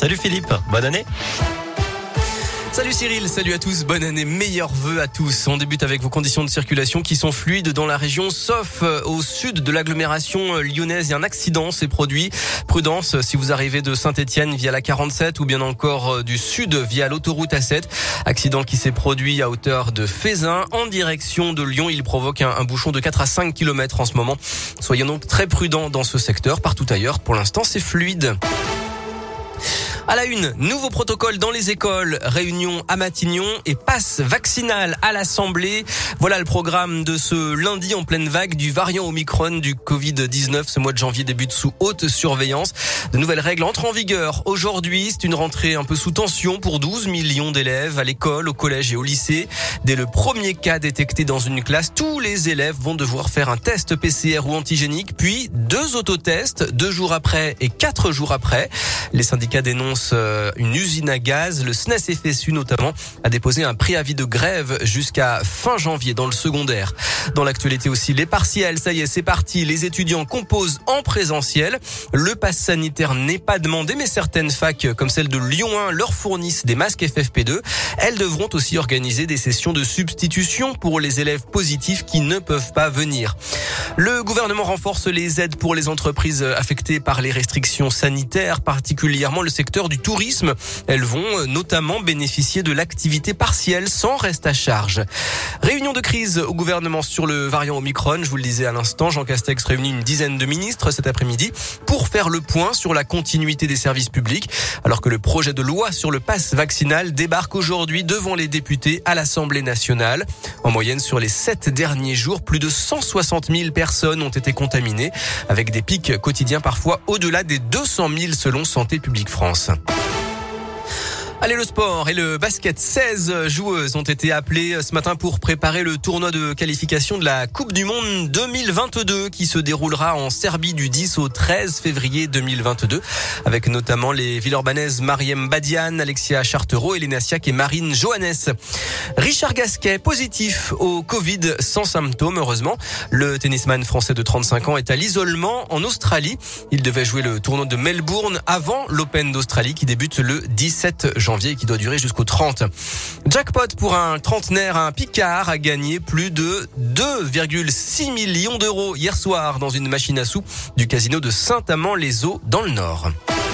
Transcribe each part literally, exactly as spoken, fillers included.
Salut Philippe, bonne année. Salut Cyril, salut à tous, bonne année, meilleurs vœux à tous. On débute avec vos conditions de circulation qui sont fluides dans la région, sauf au sud de l'agglomération lyonnaise. Il y a un accident s'est produit. Prudence si vous arrivez de Saint-Étienne via la quarante-sept ou bien encore du sud via l'autoroute A sept. Accident qui s'est produit à hauteur de Fézin en direction de Lyon. Il provoque un, un bouchon de quatre à cinq kilomètres en ce moment. Soyons donc très prudents dans ce secteur. Partout ailleurs, pour l'instant, c'est fluide. À la une, nouveau protocole dans les écoles, réunion à Matignon et passe vaccinal à l'Assemblée. Voilà le programme de ce lundi en pleine vague du variant Omicron du covid dix-neuf. Ce mois de janvier débute sous haute surveillance. De nouvelles règles entrent en vigueur aujourd'hui. C'est une rentrée un peu sous tension pour douze millions d'élèves à l'école, au collège et au lycée. Dès le premier cas détecté dans une classe, tous les élèves vont devoir faire un test P C R ou antigénique, puis deux autotests, deux jours après et quatre jours après. Les syndicats dénoncent une usine à gaz. Le S N E S F S U notamment a déposé un préavis de grève jusqu'à fin janvier dans le secondaire. Dans l'actualité aussi, les partiels, ça y est, c'est parti. Les étudiants composent en présentiel. Le pass sanitaire n'est pas demandé, mais certaines facs, comme celle de Lyon un, leur fournissent des masques F F P deux. Elles devront aussi organiser des sessions de substitution pour les élèves positifs qui ne peuvent pas venir. Le gouvernement renforce les aides pour les entreprises affectées par les restrictions sanitaires, particulièrement le secteur du tourisme. Elles vont notamment bénéficier de l'activité partielle sans reste à charge. Réunion de crise au gouvernement sur le variant Omicron. Je vous le disais à l'instant, Jean Castex réunit une dizaine de ministres cet après-midi pour faire le point sur la continuité des services publics, alors que le projet de loi sur le pass vaccinal débarque aujourd'hui devant les députés à l'Assemblée nationale. En moyenne, sur les sept derniers jours, plus de cent soixante mille personnes ont été contaminées, avec des pics quotidiens parfois au-delà des deux cent mille selon Santé publique France. Allez, le sport et le basket. seize joueuses ont été appelées ce matin pour préparer le tournoi de qualification de la Coupe du Monde deux mille vingt-deux qui se déroulera en Serbie du dix au treize février deux mille vingt-deux, avec notamment les Villeurbanaises Mariem Badian, Alexia Chartereau, Elena Siak et Marine Johannes. Richard Gasquet, positif au Covid sans symptômes, heureusement. Le tennisman français de trente-cinq ans est à l'isolement en Australie. Il devait jouer le tournoi de Melbourne avant l'Open d'Australie qui débute le dix-sept janvier. janvier qui doit durer jusqu'au trente. Jackpot pour un trentenaire, un Picard a gagné plus de deux virgule six millions d'euros hier soir dans une machine à sous du casino de Saint-Amand-les-Eaux dans le Nord.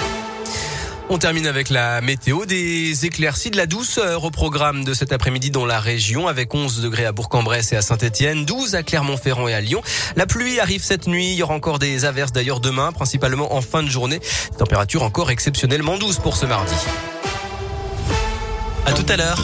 On termine avec la météo, des éclaircies, de la douceur au programme de cet après-midi dans la région, avec onze degrés à Bourg-en-Bresse et à Saint-Étienne, douze à Clermont-Ferrand et à Lyon. La pluie arrive cette nuit, il y aura encore des averses d'ailleurs demain, principalement en fin de journée. Température encore exceptionnellement douce pour ce mardi. À tout à l'heure.